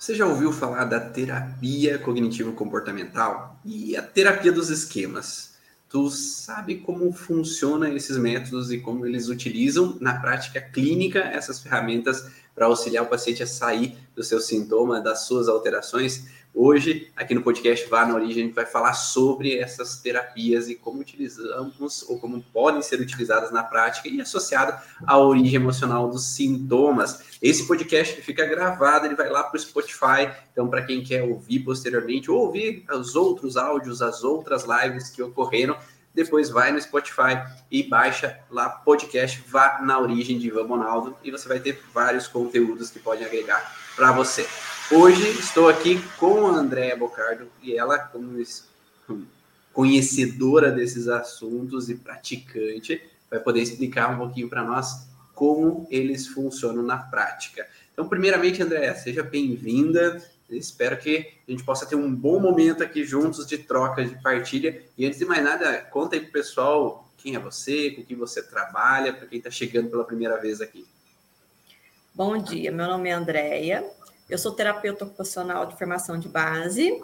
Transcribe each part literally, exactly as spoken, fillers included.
Você já ouviu falar da terapia cognitivo-comportamental e a terapia dos esquemas? Tu sabe como funcionam esses métodos e como eles utilizam na prática clínica essas ferramentas para auxiliar o paciente a sair do seu sintoma, das suas alterações? Hoje, aqui no podcast Vá na Origem, a gente vai falar sobre essas terapias e como utilizamos ou como podem ser utilizadas na prática e associado à origem emocional dos sintomas. Esse podcast fica gravado, ele vai lá para o Spotify, então para quem quer ouvir posteriormente ou ouvir os outros áudios, as outras lives que ocorreram, depois vai no Spotify e baixa lá podcast Vá na Origem de Ivan Bonaldo e você vai ter vários conteúdos que podem agregar para você. Hoje estou aqui com a Andréa Bocardo e ela, como conhecedora desses assuntos e praticante, vai poder explicar um pouquinho para nós como eles funcionam na prática. Então, primeiramente, Andréa, seja bem-vinda. Espero que a gente possa ter um bom momento aqui juntos de troca, de partilha. E antes de mais nada, conta aí para o pessoal quem é você, com quem você trabalha, para quem está chegando pela primeira vez aqui. Bom dia, meu nome é Andréa, eu sou terapeuta ocupacional de formação de base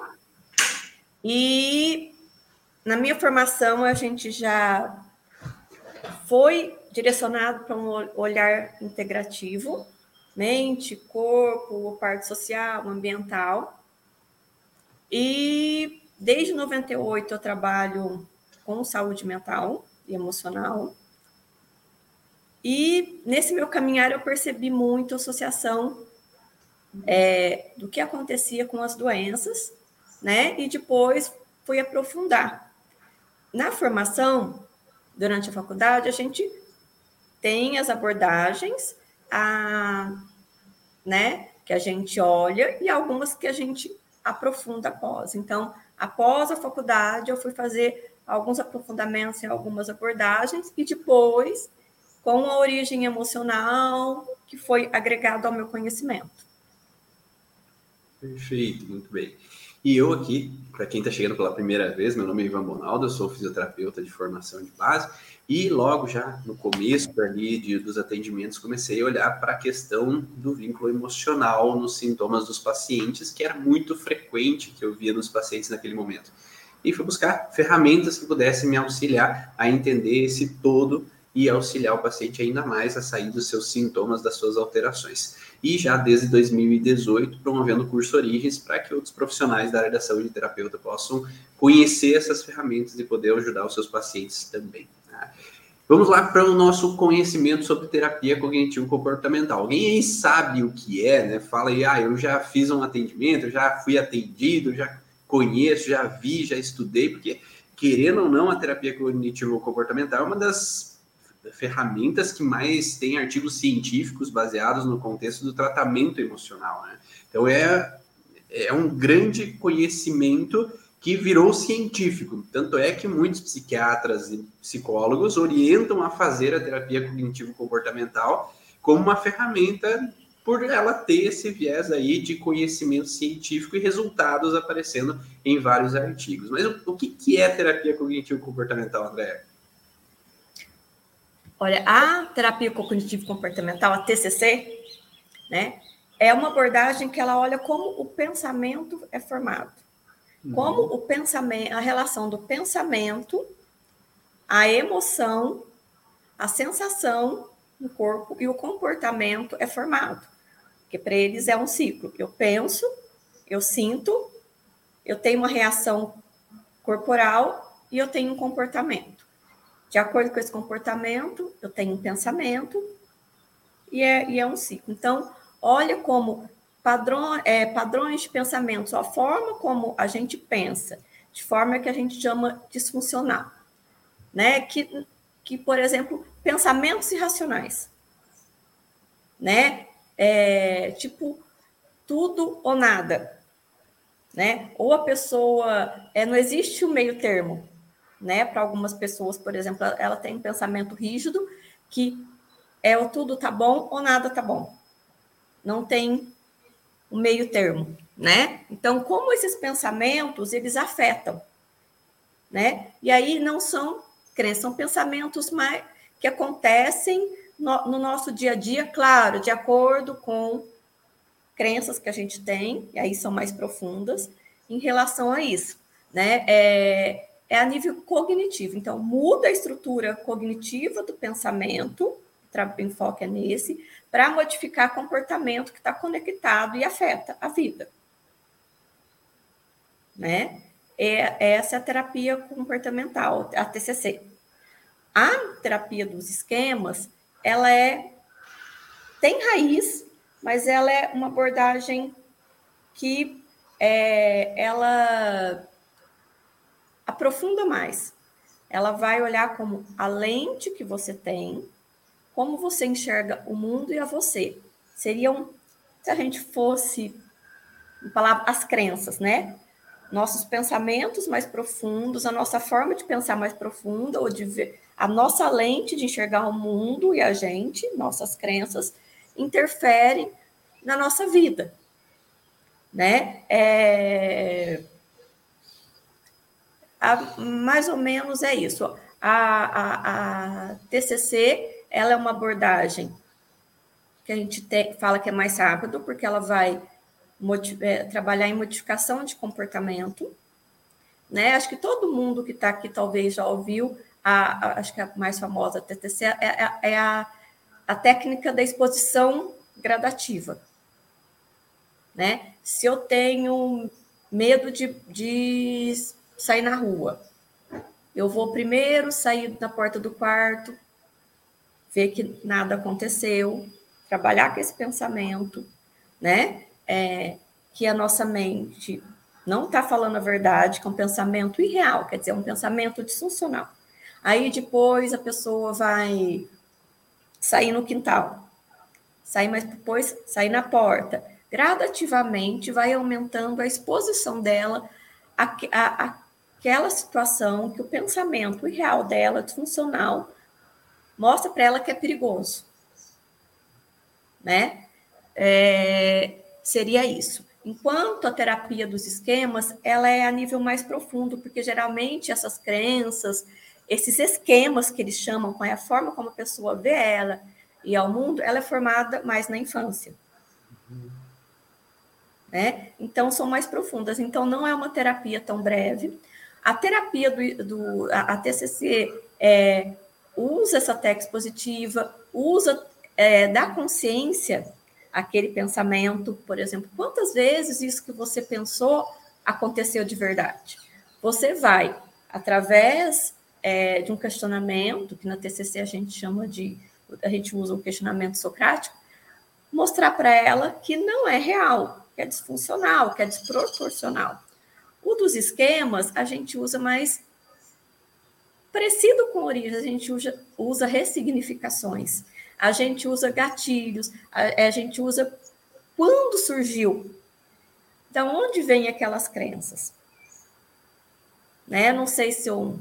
e na minha formação a gente já foi direcionado para um olhar integrativo, mente, corpo, parte social, ambiental. E desde noventa e oito eu trabalho com saúde mental e emocional. E nesse meu caminhar eu percebi muito a associação é, do que acontecia com as doenças, né? E depois fui aprofundar. Na formação, durante a faculdade, a gente tem as abordagens, a, né, que a gente olha e algumas que a gente aprofunda após. Então, após a faculdade, eu fui fazer alguns aprofundamentos em algumas abordagens e depois, com a origem emocional, que foi agregado ao meu conhecimento. Perfeito, muito bem. E eu aqui, para quem está chegando pela primeira vez, meu nome é Ivan Bonaldo, eu sou fisioterapeuta de formação de base e logo já no começo ali de, dos atendimentos comecei a olhar para a questão do vínculo emocional nos sintomas dos pacientes, que era muito frequente que eu via nos pacientes naquele momento. E fui buscar ferramentas que pudessem me auxiliar a entender esse todo e auxiliar o paciente ainda mais a sair dos seus sintomas, das suas alterações. E já desde dois mil e dezoito, promovendo o curso Origens para que outros profissionais da área da saúde e terapeuta possam conhecer essas ferramentas e poder ajudar os seus pacientes também. Tá? Vamos lá para o nosso conhecimento sobre terapia cognitivo-comportamental. Alguém aí sabe o que é, né? Fala aí, ah, eu já fiz um atendimento, eu já fui atendido, já conheço, já vi, já estudei, porque, querendo ou não, a terapia cognitivo-comportamental é uma das ferramentas que mais tem artigos científicos baseados no contexto do tratamento emocional, né? Então é, é um grande conhecimento que virou científico. Tanto é que muitos psiquiatras e psicólogos orientam a fazer a terapia cognitivo-comportamental como uma ferramenta por ela ter esse viés aí de conhecimento científico e resultados aparecendo em vários artigos. Mas o, o que, que é terapia cognitivo-comportamental, André? Olha, a terapia cognitivo-comportamental, a T C C, né, é uma abordagem que ela olha como o pensamento é formado. Uhum. Como o pensamento, a relação do pensamento, a emoção, a sensação no corpo e o comportamento é formado. Porque para eles é um ciclo. Eu penso, eu sinto, eu tenho uma reação corporal e eu tenho um comportamento. De acordo com esse comportamento, eu tenho um pensamento e é, e é um ciclo. Então, olha como padrão, é, padrões de pensamentos, a forma como a gente pensa, de forma que a gente chama disfuncional, né? Que, que por exemplo, pensamentos irracionais, né? É, tipo, tudo ou nada, né? Ou a pessoa, é, não existe o meio termo, né? Para algumas pessoas, por exemplo, ela tem um pensamento rígido que é ou tudo tá bom ou nada tá bom. Não tem um meio termo, né? Então, como esses pensamentos, eles afetam, né? E aí não são crenças, são pensamentos mais que acontecem no, no nosso dia a dia, claro, de acordo com crenças que a gente tem, e aí são mais profundas, em relação a isso, né? É, é a nível cognitivo. Então, muda a estrutura cognitiva do pensamento, o enfoque é nesse, para modificar comportamento que está conectado e afeta a vida. Né? É, essa é a terapia comportamental, a T C C. A terapia dos esquemas, ela é tem raiz, mas ela é uma abordagem que é, ela aprofunda mais. Ela vai olhar como a lente que você tem, como você enxerga o mundo e a você. Seriam, se a gente fosse falar as crenças, né? Nossos pensamentos mais profundos, a nossa forma de pensar mais profunda, ou de ver, a nossa lente de enxergar o mundo e a gente, nossas crenças, interferem na nossa vida, né? É... A, mais ou menos é isso. A, a, a T C C, ela é uma abordagem que a gente te, fala que é mais rápido, porque ela vai é, trabalhar em modificação de comportamento, né? Acho que todo mundo que está aqui talvez já ouviu, a, a, acho que a mais famosa T T C é, é, é a, a técnica da exposição gradativa. Né? Se eu tenho medo de, de sair na rua, eu vou primeiro sair da porta do quarto, ver que nada aconteceu, trabalhar com esse pensamento, né? É, que a nossa mente não está falando a verdade, que é um pensamento irreal, quer dizer, um pensamento disfuncional. Aí depois a pessoa vai sair no quintal, sair mais depois, sair na porta. Gradativamente vai aumentando a exposição dela à, à, àquela situação que o pensamento irreal dela, disfuncional, mostra para ela que é perigoso. Né? É, seria isso. Enquanto a terapia dos esquemas, ela é a nível mais profundo, porque geralmente essas crenças, esses esquemas que eles chamam, com a forma como a pessoa vê ela e ao mundo, ela é formada mais na infância. Uhum. Né? Então, são mais profundas. Então, não é uma terapia tão breve. A terapia do, do a, a T C C é, usa essa técnica positiva, usa é, da consciência aquele pensamento, por exemplo, quantas vezes isso que você pensou aconteceu de verdade? Você vai, através é, de um questionamento, que na T C C a gente chama de, a gente usa o questionamento socrático, mostrar para ela que não é real, que é disfuncional, que é desproporcional. O dos esquemas, a gente usa mais parecido com origens, a gente usa, usa ressignificações, a gente usa gatilhos, a, a gente usa quando surgiu, da onde vem aquelas crenças. Né? Não sei se eu,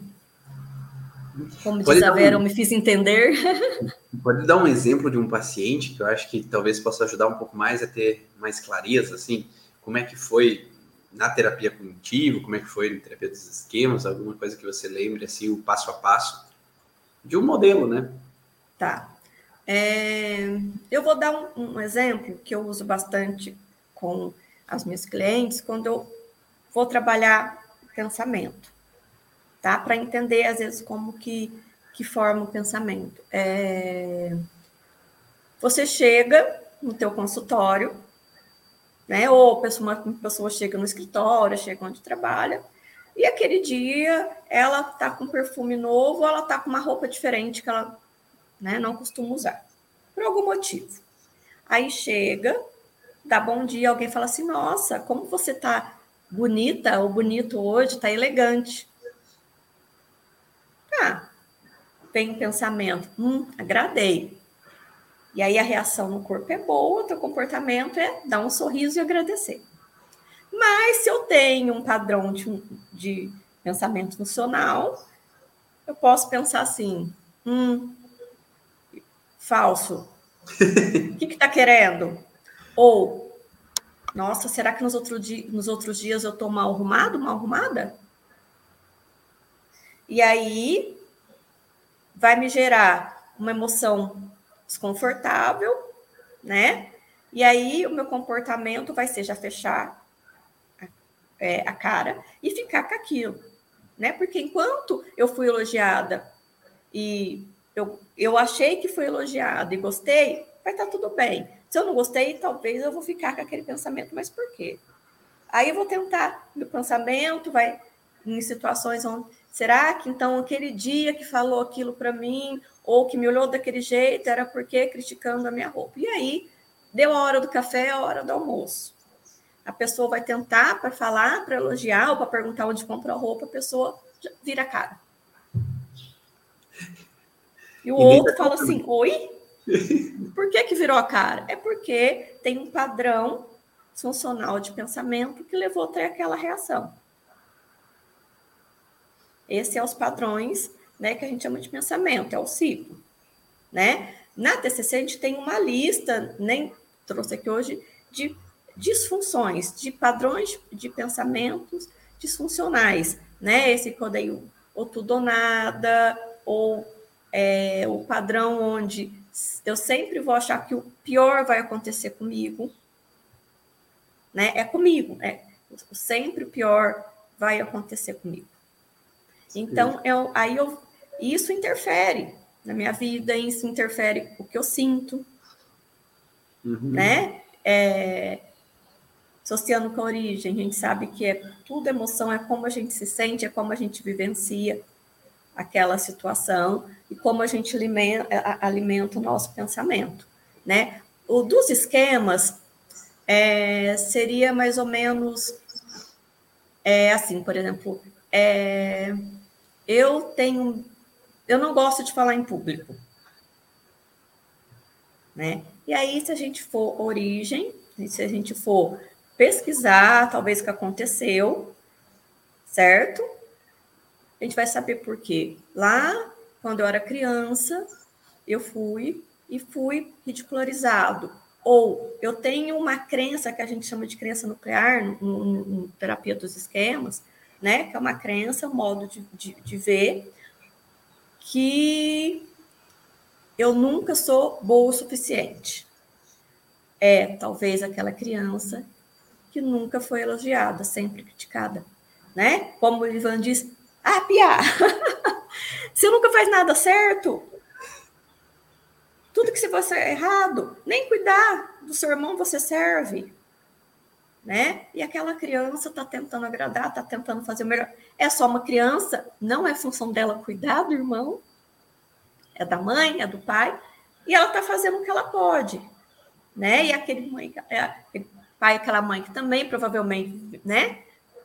como pode diz a Vera, um, eu me fiz entender. Pode dar um exemplo de um paciente que eu acho que talvez possa ajudar um pouco mais a ter mais clareza, assim, como é que foi na terapia cognitivo, como é que foi na terapia dos esquemas, alguma coisa que você lembre, assim, o passo a passo de um modelo, né? Tá. É, eu vou dar um, um exemplo que eu uso bastante com as minhas clientes quando eu vou trabalhar pensamento, tá? Para entender, às vezes, como que, que forma o pensamento. É, você chega no teu consultório, né? Ou uma pessoa chega no escritório, chega onde trabalha, e aquele dia ela tá com perfume novo, ela tá com uma roupa diferente que ela, né, não costuma usar, por algum motivo. Aí chega, dá bom dia, alguém fala assim, nossa, como você tá bonita ou bonito hoje, tá elegante. Ah, vem um pensamento, hum, agradei. E aí a reação no corpo é boa, o teu comportamento é dar um sorriso e agradecer. Mas se eu tenho um padrão de, de pensamento funcional, eu posso pensar assim, hum, falso, o que que tá querendo? Ou, nossa, será que nos, outro di- nos outros dias eu tô mal arrumado, mal arrumada? E aí vai me gerar uma emoção desconfortável, né? E aí o meu comportamento vai ser já fechar é, a cara e ficar com aquilo, né? Porque enquanto eu fui elogiada e eu, eu achei que fui elogiada e gostei, vai estar tudo bem. Se eu não gostei, talvez eu vou ficar com aquele pensamento, mas por quê? Aí eu vou tentar, meu pensamento vai em situações onde, será que então aquele dia que falou aquilo para mim, ou que me olhou daquele jeito, era porque criticando a minha roupa. E aí, deu a hora do café, a hora do almoço. A pessoa vai tentar para falar, para elogiar, ou para perguntar onde compra a roupa, a pessoa vira a cara. E o Ninguém outro tá fala assim, oi? Por que que virou a cara? É porque tem um padrão funcional de pensamento que levou até aquela reação. Esses são os padrões, né, que a gente chama de pensamento, é o ciclo, né? Na T C C a gente tem uma lista, nem trouxe aqui hoje, de disfunções, de padrões de pensamentos disfuncionais, né? Esse que eu dei, ou tudo ou nada, ou é, o padrão onde eu sempre vou achar que o pior vai acontecer comigo, né? É comigo, é sempre o pior vai acontecer comigo. Então, eu, aí eu, isso interfere na minha vida, isso interfere o que eu sinto, uhum. né? É, associando com a origem, a gente sabe que é tudo emoção, é como a gente se sente, é como a gente vivencia aquela situação e como a gente alimenta, alimenta o nosso pensamento, né? O dos esquemas é, seria mais ou menos é, assim, por exemplo, é, eu tenho, eu não gosto de falar em público, né? E aí, se a gente for origem, se a gente for pesquisar, talvez o que aconteceu, certo? A gente vai saber por quê. Lá, quando eu era criança, eu fui e fui ridicularizado. Ou eu tenho uma crença que a gente chama de crença nuclear, no, no, no terapia dos esquemas, né? Que é uma crença, um modo de, de, de ver, que eu nunca sou boa o suficiente. É, talvez, aquela criança que nunca foi elogiada, sempre criticada, né? Como o Ivan diz, ah, Pia, você nunca faz nada certo, tudo que você faz é errado, nem cuidar do seu irmão você serve, né? E aquela criança está tentando agradar, está tentando fazer o melhor. É só uma criança, não é função dela cuidar do irmão, é da mãe, é do pai, e ela está fazendo o que ela pode, né? E aquele, mãe, aquele pai, aquela mãe que também provavelmente, né?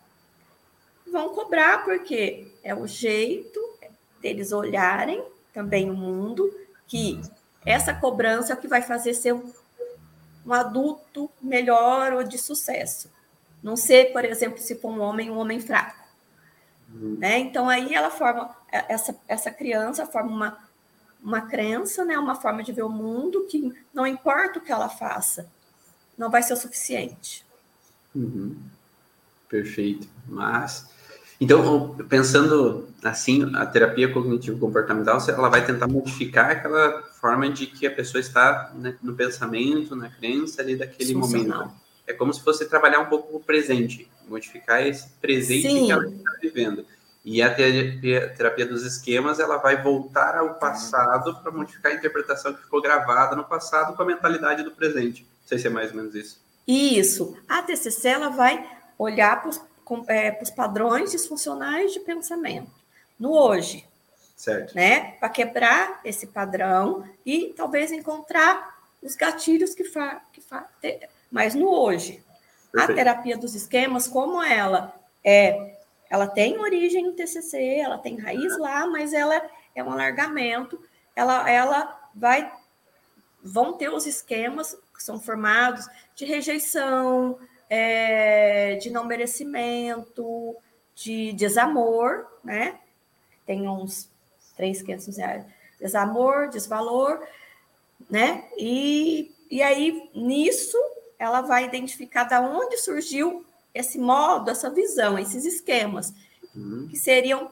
Vão cobrar, porque é o jeito deles olharem também o mundo, que essa cobrança é o que vai fazer ser um, um adulto melhor ou de sucesso. Não ser, por exemplo, se for um homem, um homem fraco. Uhum. Né? Então, aí ela forma, essa, essa criança forma uma, uma crença, né? Uma forma de ver o mundo que não importa o que ela faça, não vai ser o suficiente. Uhum. Perfeito. Mas, então, pensando assim, a terapia cognitivo-comportamental, ela vai tentar modificar aquela forma de que a pessoa está, né, no pensamento, na crença ali daquele momento. É como se fosse trabalhar um pouco o presente, modificar esse presente Sim. que ela está vivendo. E a terapia, a terapia dos esquemas, ela vai voltar ao passado para modificar a interpretação que ficou gravada no passado com a mentalidade do presente. Não sei se é mais ou menos isso. Isso. A T C C, ela vai olhar para os é, padrões disfuncionais de pensamento no hoje. Certo. Né? Para quebrar esse padrão e talvez encontrar os gatilhos que faz. Que fa mas no hoje. Perfeito. A terapia dos esquemas, como ela é, ela tem origem no T C C, ela tem raiz lá, mas ela é um alargamento, ela, ela vai, vão ter os esquemas que são formados de rejeição, é, de não merecimento, de desamor, né? Tem uns três quinhentos reais, desamor, desvalor, né? E, e aí, nisso, ela vai identificar de onde surgiu esse modo, essa visão, esses esquemas, uhum. que seriam,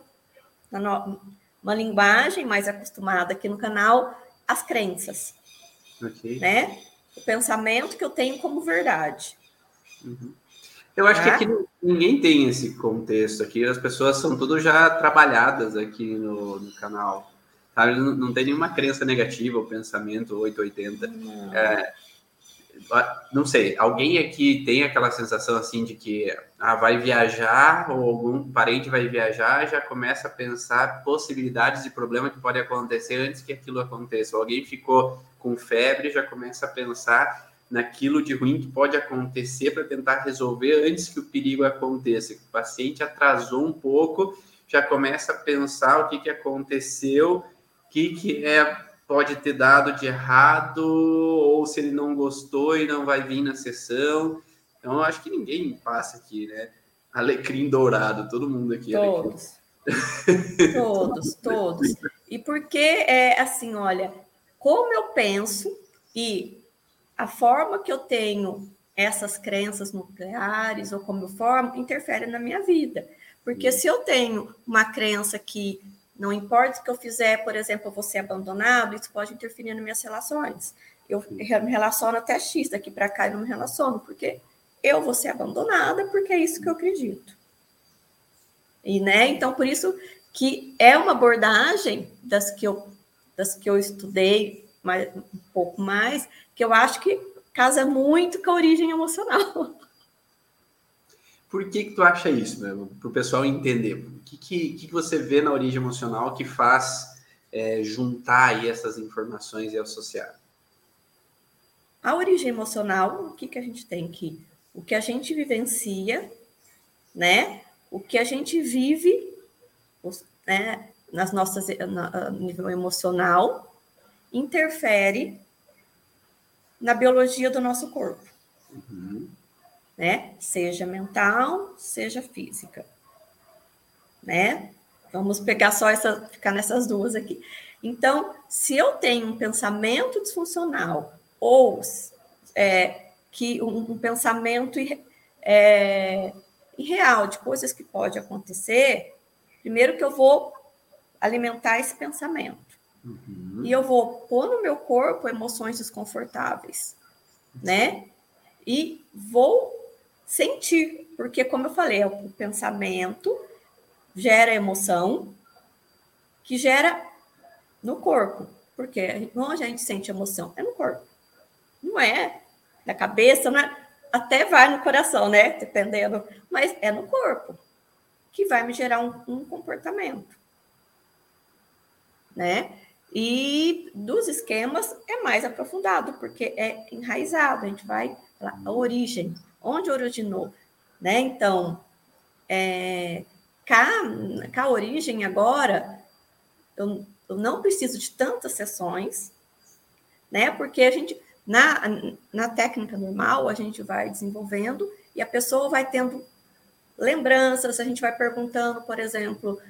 uma linguagem mais acostumada aqui no canal, as crenças, okay. né? o pensamento que eu tenho como verdade. Uhum. Eu acho tá? que aqui ninguém tem esse contexto aqui, as pessoas são tudo já trabalhadas aqui no, no canal. Sabe? Não, não tem nenhuma crença negativa, o pensamento oitocentos e oitenta. Não. É, não sei, alguém aqui tem aquela sensação assim de que ah, vai viajar ou algum parente vai viajar, já começa a pensar possibilidades de problema que pode acontecer antes que aquilo aconteça. Ou alguém ficou com febre, já começa a pensar naquilo de ruim que pode acontecer para tentar resolver antes que o perigo aconteça. O paciente atrasou um pouco, já começa a pensar o que, que aconteceu, o que, que é... pode ter dado de errado, ou se ele não gostou e não vai vir na sessão. Então, eu acho que ninguém passa aqui, né? Alecrim dourado, todo mundo aqui. Todos. todos, todos. E porque, é, assim, olha, como eu penso e a forma que eu tenho essas crenças nucleares, ou como eu formo, interfere na minha vida. Porque hum. se eu tenho uma crença que não importa o que eu fizer, por exemplo, eu vou ser abandonado, isso pode interferir nas minhas relações. Eu me relaciono até X, daqui para cá eu não me relaciono, porque eu vou ser abandonada, porque é isso que eu acredito. E, né, então, por isso que é uma abordagem das que eu, das que eu estudei mais, um pouco mais, que eu acho que casa muito com a origem emocional. Por que que tu acha isso, né? Para o pessoal entender. O que, que, que você vê na origem emocional que faz é, juntar aí essas informações e associar? A origem emocional, o que, que a gente tem aqui? O que a gente vivencia, né? O que a gente vive, né? Nas nossas, no nível emocional, interfere na biologia do nosso corpo. Uhum. Né? Seja mental, seja física. Né? Vamos pegar só essa, ficar nessas duas aqui. Então, se eu tenho um pensamento disfuncional ou é, que um, um pensamento é, irreal de coisas que pode acontecer, primeiro que eu vou alimentar esse pensamento. Uhum. E eu vou pôr no meu corpo emoções desconfortáveis, né? E vou sentir, porque, como eu falei, o pensamento gera emoção, que gera no corpo. Porque onde a gente sente emoção? É no corpo. Não é na cabeça, não é, até vai no coração, né? Dependendo, mas é no corpo que vai me gerar um, um comportamento, né? E dos esquemas é mais aprofundado, porque é enraizado, a gente vai falar a origem, onde originou, né? Então, é, cá, cá a origem agora, eu, eu não preciso de tantas sessões, né? Porque a gente, na, na técnica normal, a gente vai desenvolvendo e a pessoa vai tendo lembranças, a gente vai perguntando, por exemplo,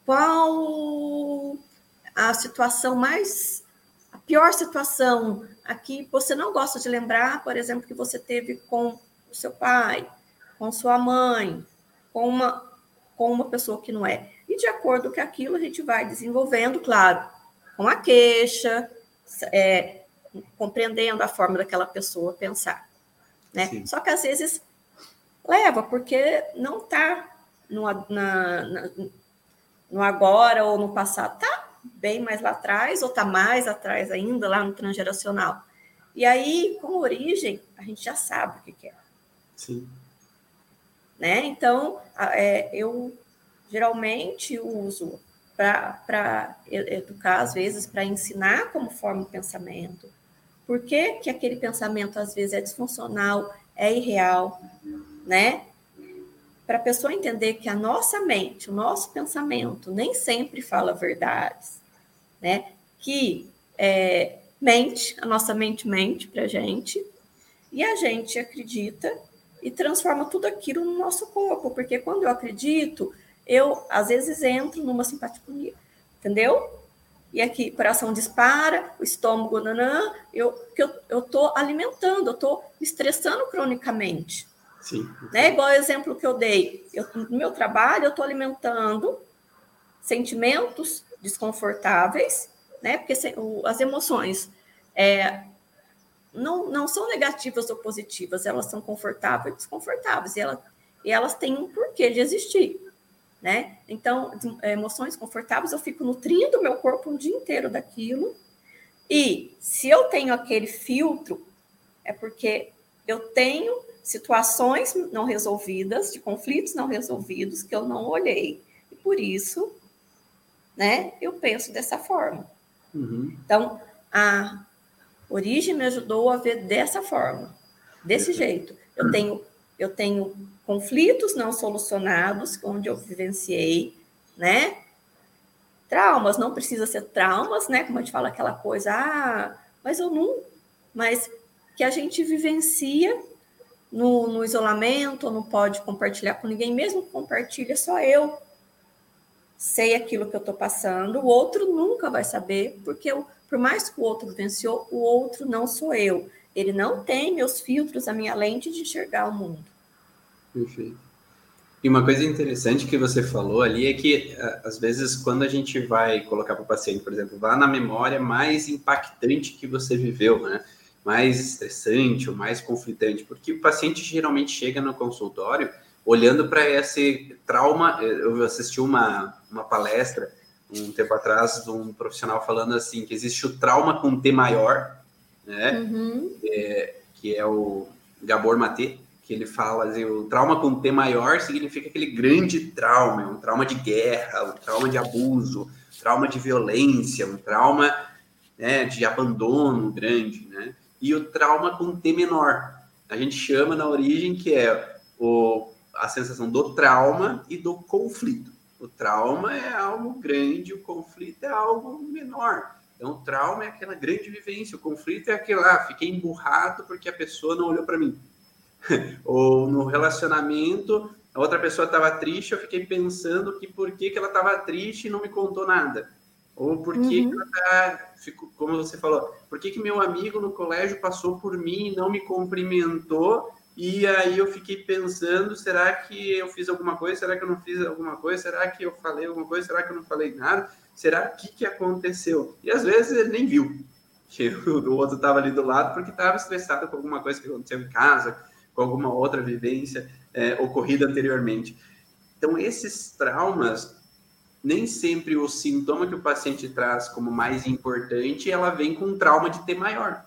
qual a situação mais, a pior situação aqui, você não gosta de lembrar, por exemplo, que você teve com o seu pai, com sua mãe, com uma, com uma pessoa que não é. E de acordo com aquilo, a gente vai desenvolvendo, claro, com a queixa, é, compreendendo a forma daquela pessoa pensar, né? Só que às vezes leva, porque não está no, na, na, no agora ou no passado, está bem mais lá atrás, ou está mais atrás ainda, lá no transgeracional. E aí, com origem, a gente já sabe o que, que é. Sim. Né? Então, é, eu geralmente uso para educar, às vezes, para ensinar como forma o pensamento. Por que, que aquele pensamento, às vezes, é disfuncional, é irreal, né? Para a pessoa entender que a nossa mente, o nosso pensamento, nem sempre fala verdades, né? Que é, mente, a nossa mente mente para a gente, e a gente acredita e transforma tudo aquilo no nosso corpo, porque quando eu acredito, eu, às vezes, entro numa simpatia, entendeu? E aqui, o coração dispara, o estômago, nanã, eu estou alimentando, eu estou me estressando cronicamente. Sim. Né? Igual o exemplo que eu dei, eu, no meu trabalho, eu estou alimentando sentimentos desconfortáveis, né? Porque se, o, as emoções, é, não, não são negativas ou positivas, elas são confortáveis e desconfortáveis, e, ela, e elas têm um porquê de existir, né? Então, emoções confortáveis, eu fico nutrindo o meu corpo um dia inteiro daquilo, e se eu tenho aquele filtro, é porque eu tenho situações não resolvidas, de conflitos não resolvidos, que eu não olhei, e por isso, né, eu penso dessa forma. Uhum. Então, a origem me ajudou a ver dessa forma, desse jeito. Eu tenho, eu tenho conflitos não solucionados, onde eu vivenciei, né? Traumas, não precisa ser traumas, né? Como a gente fala aquela coisa, ah, mas eu não... Mas que a gente vivencia no, no isolamento, ou não pode compartilhar com ninguém, mesmo que compartilha, só eu sei aquilo que eu estou passando, o outro nunca vai saber, porque eu, por mais que o outro vivenciou, o outro não sou eu. Ele não tem meus filtros, a minha lente de enxergar o mundo. Perfeito. E uma coisa interessante que você falou ali é que, às vezes, quando a gente vai colocar para o paciente, por exemplo, vá na memória mais impactante que você viveu, né? Mais estressante ou mais conflitante, porque o paciente geralmente chega no consultório olhando para esse trauma. Eu assisti uma, uma palestra um tempo atrás de um profissional falando assim, que existe o trauma com T maior, né? Uhum. É, que é o Gabor Maté, que ele fala assim, o trauma com T maior significa aquele grande trauma, um trauma de guerra, um trauma de abuso, trauma de violência, um trauma, né, de abandono grande, né? E o trauma com T menor, a gente chama na origem que é o, a sensação do trauma e do conflito. O trauma é algo grande, o conflito é algo menor. Então, o trauma é aquela grande vivência, o conflito é aquele lá, ah, fiquei emburrado porque a pessoa não olhou para mim. Ou no relacionamento, a outra pessoa estava triste, eu fiquei pensando que por que, que ela estava triste e não me contou nada. Ou por que, uhum. que ela tá, ficou, como você falou, por que, que meu amigo no colégio passou por mim e não me cumprimentou, e aí eu fiquei pensando, será que eu fiz alguma coisa, será que eu não fiz alguma coisa, será que eu falei alguma coisa, será que eu não falei nada, será que que aconteceu? E às vezes ele nem viu, que o outro estava ali do lado porque estava estressado com alguma coisa que aconteceu em casa, com alguma outra vivência é, ocorrida anteriormente. Então, esses traumas, nem sempre o sintoma que o paciente traz como mais importante, ela vem com um trauma de T maior.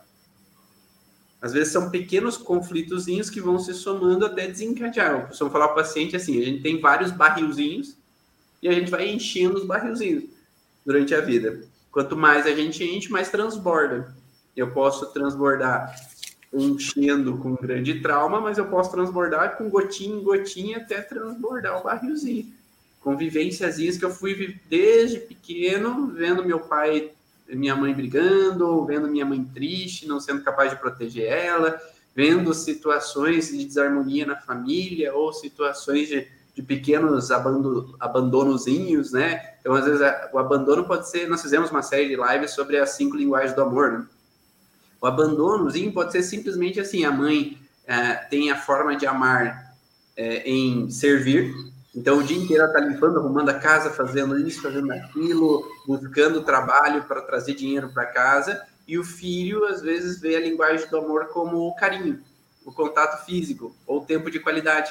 Às vezes são pequenos conflitozinhos que vão se somando até desencadear. Eu costumo falar para o paciente assim, a gente tem vários barrilzinhos e a gente vai enchendo os barrilzinhos durante a vida. Quanto mais a gente enche, mais transborda. Eu posso transbordar enchendo com um grande trauma, mas eu posso transbordar com gotinha em gotinha até transbordar o barrilzinho. Com vivênciazinhas que eu fui desde pequeno, vendo meu pai e minha mãe brigando, vendo minha mãe triste, não sendo capaz de proteger ela, vendo situações de desarmonia na família ou situações de, de pequenos abando, abandonozinhos, né? Então, às vezes, o abandono pode ser... Nós fizemos uma série de lives sobre as cinco linguagens do amor, né? O abandonozinho pode ser simplesmente assim, a mãe é, tem a forma de amar é, em servir, então o dia inteiro ela está limpando, arrumando a casa, fazendo isso, fazendo aquilo, buscando trabalho para trazer dinheiro para casa, e o filho às vezes vê a linguagem do amor como o carinho, o contato físico, ou o tempo de qualidade.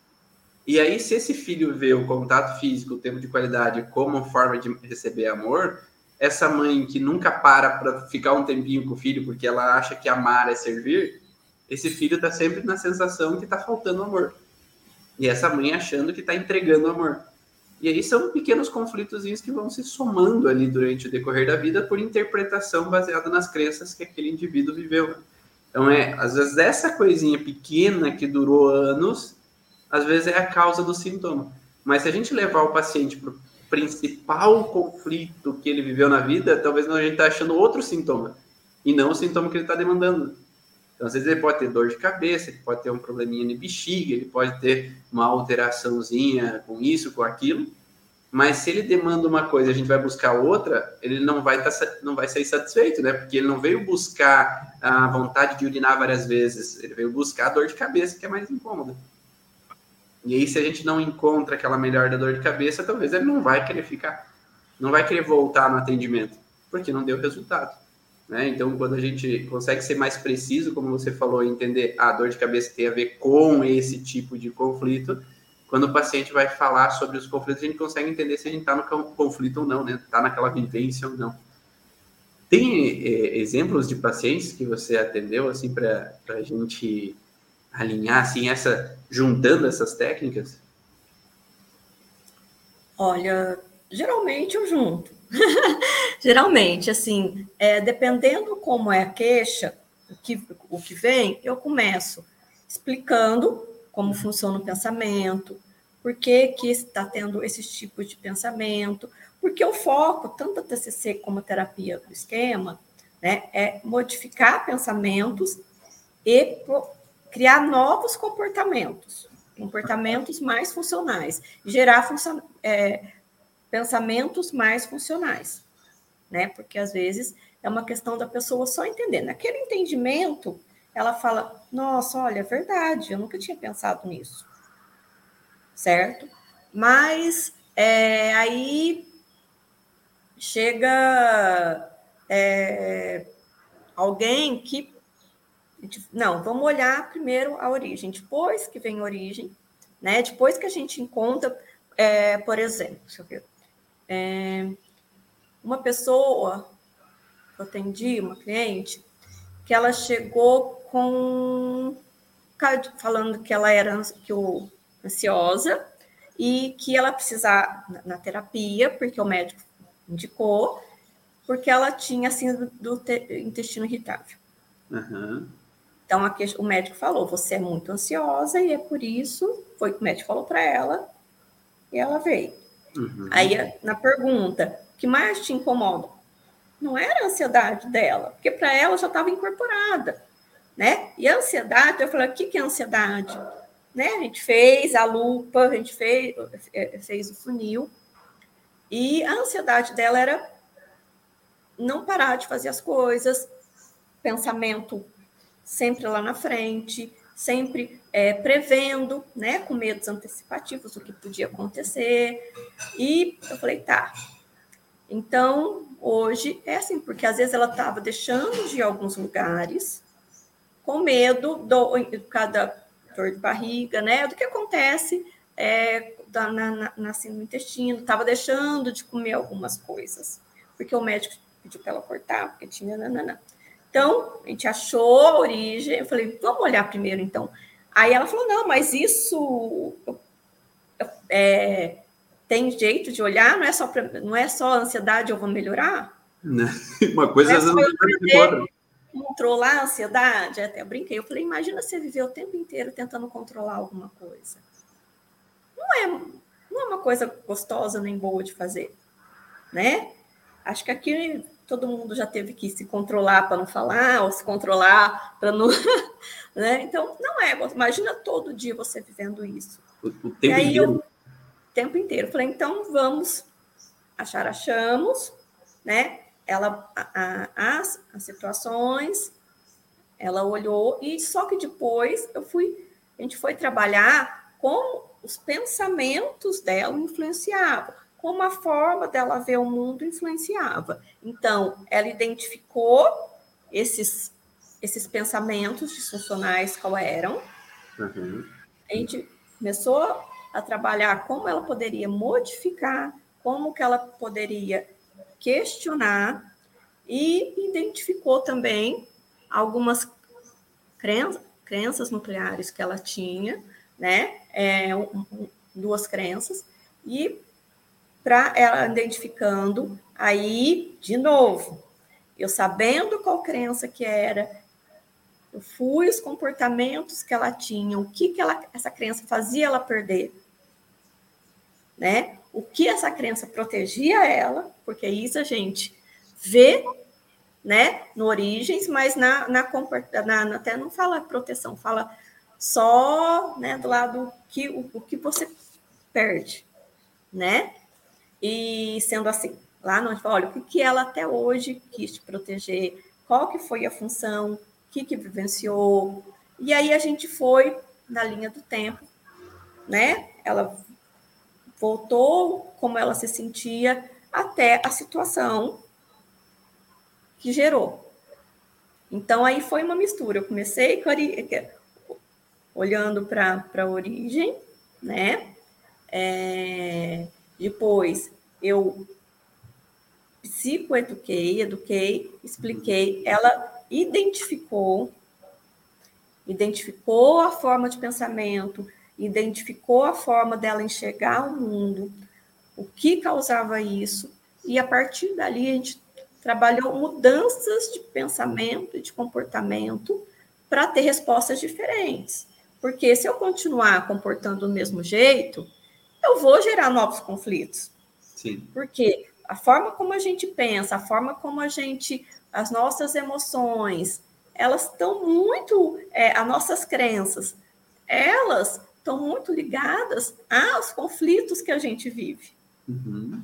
E aí, se esse filho vê o contato físico, o tempo de qualidade como forma de receber amor, essa mãe que nunca para para ficar um tempinho com o filho porque ela acha que amar é servir, esse filho está sempre na sensação que está faltando amor. E essa mãe achando que está entregando amor. E aí são pequenos conflitozinhos que vão se somando ali durante o decorrer da vida por interpretação baseada nas crenças que aquele indivíduo viveu. Então, é, às vezes, essa coisinha pequena que durou anos, às vezes é a causa do sintoma. Mas se a gente levar o paciente para o principal conflito que ele viveu na vida, talvez a gente está achando outro sintoma, e não o sintoma que ele está demandando. Então, às vezes ele pode ter dor de cabeça, ele pode ter um probleminha de bexiga, ele pode ter uma alteraçãozinha com isso, com aquilo, mas se ele demanda uma coisa e a gente vai buscar outra, ele não vai, tá, não vai sair satisfeito, né? Porque ele não veio buscar a vontade de urinar várias vezes, ele veio buscar a dor de cabeça, que é mais incômoda. E aí, se a gente não encontra aquela melhor da dor de cabeça, talvez ele não vai querer ficar, não vai querer voltar no atendimento, porque não deu resultado. né? Então, quando a gente consegue ser mais preciso, como você falou, entender a dor de cabeça tem a ver com esse tipo de conflito, quando o paciente vai falar sobre os conflitos, a gente consegue entender se a gente está no conflito ou não, né? Está naquela vivência ou não. Tem é, exemplos de pacientes que você atendeu, assim, para a gente alinhar, assim, essa, juntando essas técnicas? Olha, geralmente eu junto. Geralmente, assim, é, dependendo como é a queixa, o que, o que vem, eu começo explicando como funciona o pensamento, por que que está tendo esses tipos de pensamento, porque o foco, tanto a T C C como a terapia do esquema, né, é modificar pensamentos e criar novos comportamentos, comportamentos mais funcionais, gerar função, é, pensamentos mais funcionais, né? Porque às vezes é uma questão da pessoa só entender. Naquele entendimento, ela fala: nossa, olha, é verdade, eu nunca tinha pensado nisso, certo? Mas é, aí chega é, alguém que não, vamos olhar primeiro a origem, depois que vem a origem, né? Depois que a gente encontra, é, por exemplo, deixa eu ver, é, uma pessoa que eu atendi, uma cliente, que ela chegou com falando que ela era que o, ansiosa e que ela precisava na, na terapia, porque o médico indicou, porque ela tinha síndrome do te, intestino irritável. Uhum. Então, aqui, o médico falou, você é muito ansiosa e é por isso, foi o que o médico falou para ela, e ela veio. Uhum. Aí, na pergunta, o que mais te incomoda? Não era a ansiedade dela, porque para ela já estava incorporada, né? E a ansiedade, eu falei, o que, que é ansiedade? Né? A gente fez a lupa, a gente fez, fez o funil, e a ansiedade dela era não parar de fazer as coisas, pensamento sempre lá na frente, sempre é, prevendo, né, com medos antecipativos, o que podia acontecer. E eu falei, tá. Então, hoje é assim, porque às vezes ela estava deixando de ir a alguns lugares com medo do cada dor de barriga, né, do que acontece é, da, na, na, assim, no intestino, estava deixando de comer algumas coisas, porque o médico pediu para ela cortar, porque tinha nananã. Então, a gente achou a origem, eu falei, vamos olhar primeiro, então. Aí ela falou, não, mas isso é, tem jeito de olhar, não é só pra, não é só a ansiedade, eu vou melhorar? Uma coisa às vezes não vai controlar a ansiedade, até eu brinquei, eu falei, imagina você viver o tempo inteiro tentando controlar alguma coisa. Não é, não é uma coisa gostosa nem boa de fazer, né? Acho que aqui todo mundo já teve que se controlar para não falar, ou se controlar para não... né? Então, não é. Imagina todo dia você vivendo isso. O, o tempo e aí inteiro. Eu, o tempo inteiro. Falei, então, vamos achar, achamos, né? Ela, a, a, as, as situações, ela olhou, e só que depois eu fui, a gente foi trabalhar como os pensamentos dela influenciavam, como a forma dela ver o mundo influenciava. Então, ela identificou esses, esses pensamentos disfuncionais qual eram. Uhum. A gente começou a trabalhar como ela poderia modificar, como que ela poderia questionar, e identificou também algumas crenças, crenças nucleares que ela tinha, né? É, um, duas crenças, e para ela identificando, aí, de novo, eu sabendo qual crença que era, eu fui os comportamentos que ela tinha, o que, que ela, essa crença fazia ela perder, né? O que essa crença protegia ela, porque isso a gente vê, né, no Origens, mas na, na, na até não fala proteção, fala só, né, do lado que o, o que você perde, né? E sendo assim, lá não fala, olha, o que, que ela até hoje quis te proteger, qual que foi a função, o que, que vivenciou, e aí a gente foi na linha do tempo, né? Ela voltou como ela se sentia até a situação que gerou, Então, aí foi uma mistura. Eu comecei olhando para a origem, né? É, depois, eu psicoeduquei, eduquei, expliquei. Ela identificou, identificou a forma de pensamento, identificou a forma dela enxergar o mundo, o que causava isso, e a partir dali a gente trabalhou mudanças de pensamento e de comportamento para ter respostas diferentes. Porque se eu continuar comportando do mesmo jeito, eu vou gerar novos conflitos. Sim. Porque a forma como a gente pensa, a forma como a gente, as nossas emoções, elas estão muito, é, as nossas crenças, elas estão muito ligadas aos conflitos que a gente vive. Uhum.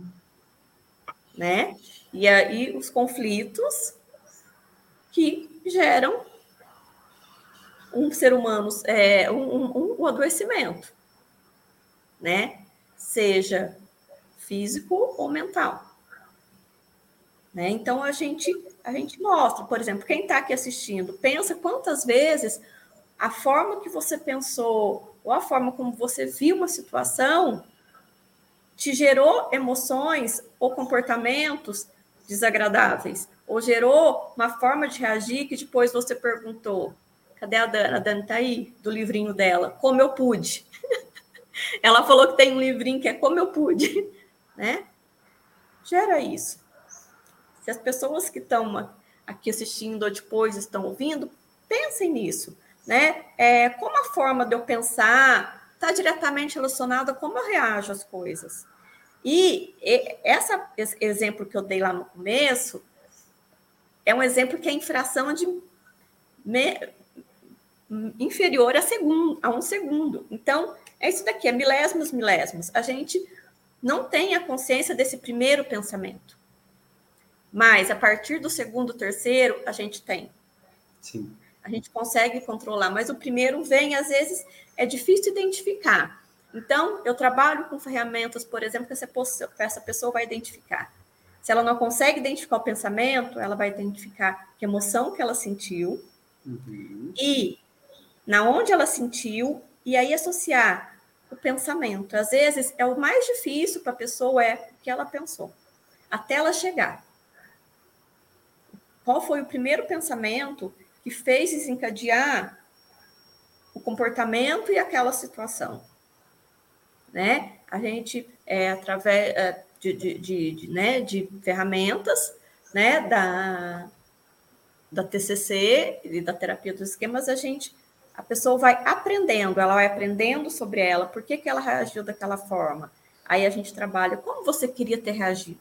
Né? E aí os conflitos que geram um ser humano, é, um, um, um adoecimento, né? Seja físico ou mental. Né? Então a gente, a gente mostra, por exemplo, quem está aqui assistindo, pensa quantas vezes a forma que você pensou ou a forma como você viu uma situação te gerou emoções ou comportamentos desagradáveis, ou gerou uma forma de reagir que depois você perguntou, cadê a Dani? A Dani está aí, do livrinho dela, Como Eu Pude. Ela falou que tem um livrinho que é Como Eu Pude, né? Gera isso. Se as pessoas que estão aqui assistindo ou depois estão ouvindo, pensem nisso, né? É, como a forma de eu pensar está diretamente relacionada a como eu reajo às coisas. E essa, esse exemplo que eu dei lá no começo é um exemplo que é em fração de me, inferior a, segundo, a um segundo. Então, é isso daqui, é milésimos, milésimos. A gente não tem a consciência desse primeiro pensamento. Mas, a partir do segundo, terceiro, a gente tem. Sim. A gente consegue controlar. Mas o primeiro vem, às vezes, é difícil identificar. Então, eu trabalho com ferramentas, por exemplo, que essa pessoa vai identificar. Se ela não consegue identificar o pensamento, ela vai identificar que emoção que ela sentiu, uhum. E na onde ela sentiu, e aí associar o pensamento. Às vezes, é o mais difícil para a pessoa é o que ela pensou, até ela chegar. Qual foi o primeiro pensamento que fez desencadear o comportamento e aquela situação? Né? A gente, é, através é, de, de, de, de, né, de ferramentas, né, da, da T C C e da terapia dos esquemas, a gente, a pessoa vai aprendendo, ela vai aprendendo sobre ela, por que, que ela reagiu daquela forma. Aí a gente trabalha como você queria ter reagido.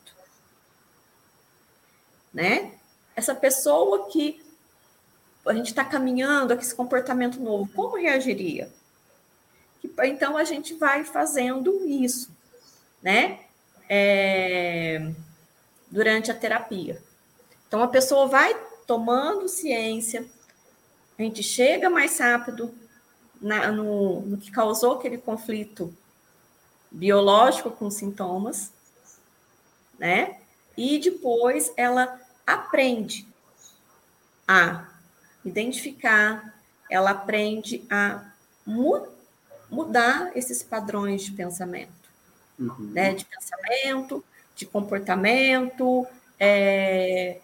Né? Essa pessoa que a gente está caminhando aqui, esse comportamento novo, como reagiria? Então, a gente vai fazendo isso, né? É, durante a terapia. Então, a pessoa vai tomando ciência, a gente chega mais rápido na, no, no que causou aquele conflito biológico com sintomas, né? E depois ela aprende a identificar, ela aprende a mudar mudar esses padrões de pensamento, uhum. né? De pensamento, de comportamento, é...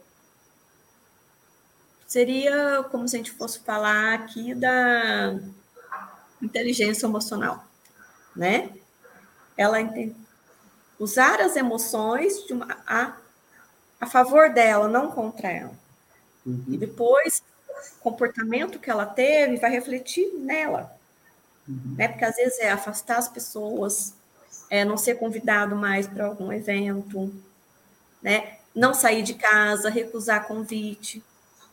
seria como se a gente fosse falar aqui da inteligência emocional, né? Ela entende usar as emoções de uma, a, a favor dela, não contra ela. Uhum. E depois, o comportamento que ela teve vai refletir nela. Uhum. Né? Porque às vezes é afastar as pessoas, é não ser convidado mais para algum evento, né? Não sair de casa, recusar convite,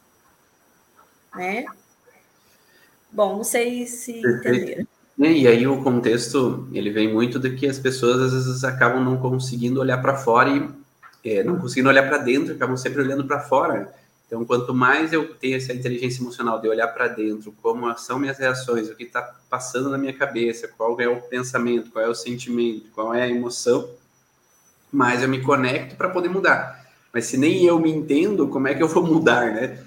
né? Bom, não sei se entenderam. E aí o contexto, ele vem muito de que as pessoas às vezes acabam não conseguindo olhar para fora e é, não conseguindo olhar para dentro, acabam sempre olhando para fora. Então, quanto mais eu tenho essa inteligência emocional de olhar para dentro, como são minhas reações, o que está passando na minha cabeça, qual é o pensamento, qual é o sentimento, qual é a emoção, mais eu me conecto para poder mudar. Mas se nem eu me entendo, como é que eu vou mudar, né?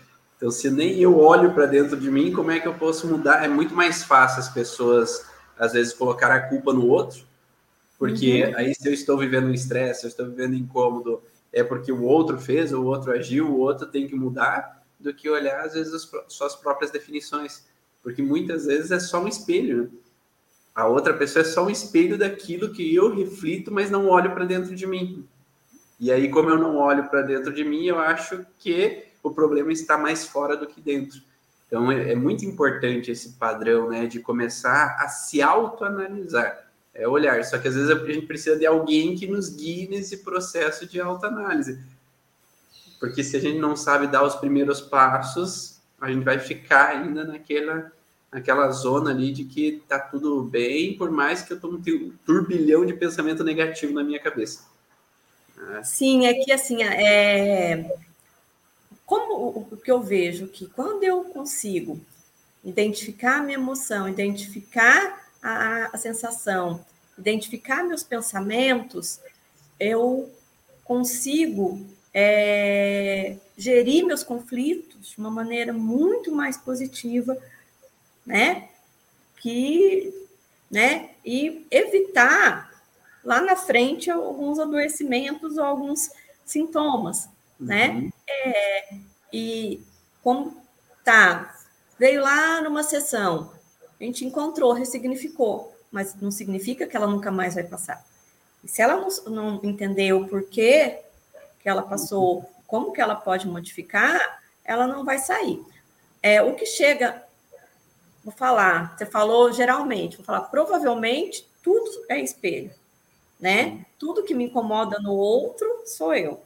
Então, se nem eu olho para dentro de mim, como é que eu posso mudar? É muito mais fácil as pessoas, às vezes, colocar a culpa no outro, porque uhum. aí se eu estou vivendo um estresse, se eu estou vivendo incômodo, é porque o outro fez, o outro agiu, o outro tem que mudar, do que olhar, às vezes, as suas próprias definições. Porque muitas vezes é só um espelho, né? A outra pessoa é só um espelho daquilo que eu reflito, mas não olho para dentro de mim. E aí, como eu não olho para dentro de mim, eu acho que o problema está mais fora do que dentro. Então, é, é muito importante esse padrão, né, de começar a se autoanalisar, é olhar. Só que às vezes a gente precisa de alguém que nos guie nesse processo de autoanálise. Porque se a gente não sabe dar os primeiros passos, a gente vai ficar ainda naquela, naquela zona ali de que tá tudo bem, por mais que eu tenha um turbilhão de pensamento negativo na minha cabeça. Sim, é que assim, é... como o que eu vejo que quando eu consigo identificar a minha emoção, identificar a, a sensação, identificar meus pensamentos, eu consigo é, gerir meus conflitos de uma maneira muito mais positiva, né? Que, né? E evitar lá na frente alguns adoecimentos ou alguns sintomas, uhum. né? É, e como tá, veio lá numa sessão, a gente encontrou, ressignificou, mas não significa que ela nunca mais vai passar. E se ela não, não entender o porquê que ela passou, como que ela pode modificar, ela não vai sair. É, o que chega, vou falar, você falou geralmente, vou falar, provavelmente tudo é espelho. Né? Tudo que me incomoda no outro sou eu,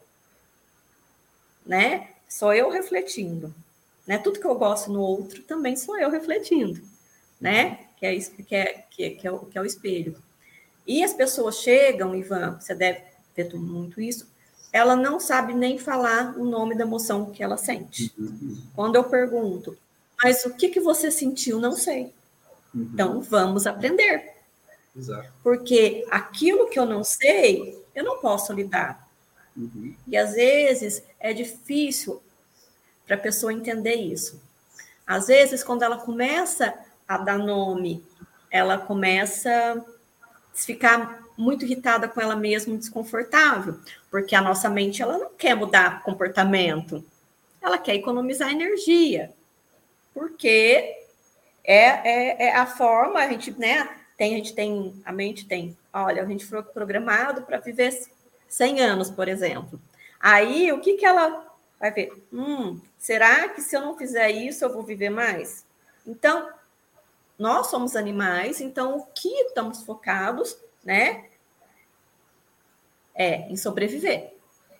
né? Sou eu refletindo, né? Tudo que eu gosto no outro também sou eu refletindo, né? Que é isso, que é, que é, que é, o, que é o espelho. E as pessoas chegam, Ivan, você deve ter muito isso, ela não sabe nem falar o nome da emoção que ela sente. Quando eu pergunto, mas o que, que você sentiu? Não sei. Uhum. Então, vamos aprender. Exato. Porque aquilo que eu não sei, eu não posso lidar. Uhum. E, às vezes, é difícil para a pessoa entender isso. Às vezes, quando ela começa a dar nome, ela começa a ficar muito irritada com ela mesma, desconfortável, porque a nossa mente ela não quer mudar comportamento, ela quer economizar energia, porque é, é, é a forma, a gente, né, tem, a gente tem, a mente tem, olha, a gente foi programado para viver cem anos, por exemplo. Aí, o que que ela vai ver? Hum, será que se eu não fizer isso, eu vou viver mais? Então, nós somos animais, então o que estamos focados, né, é em sobreviver.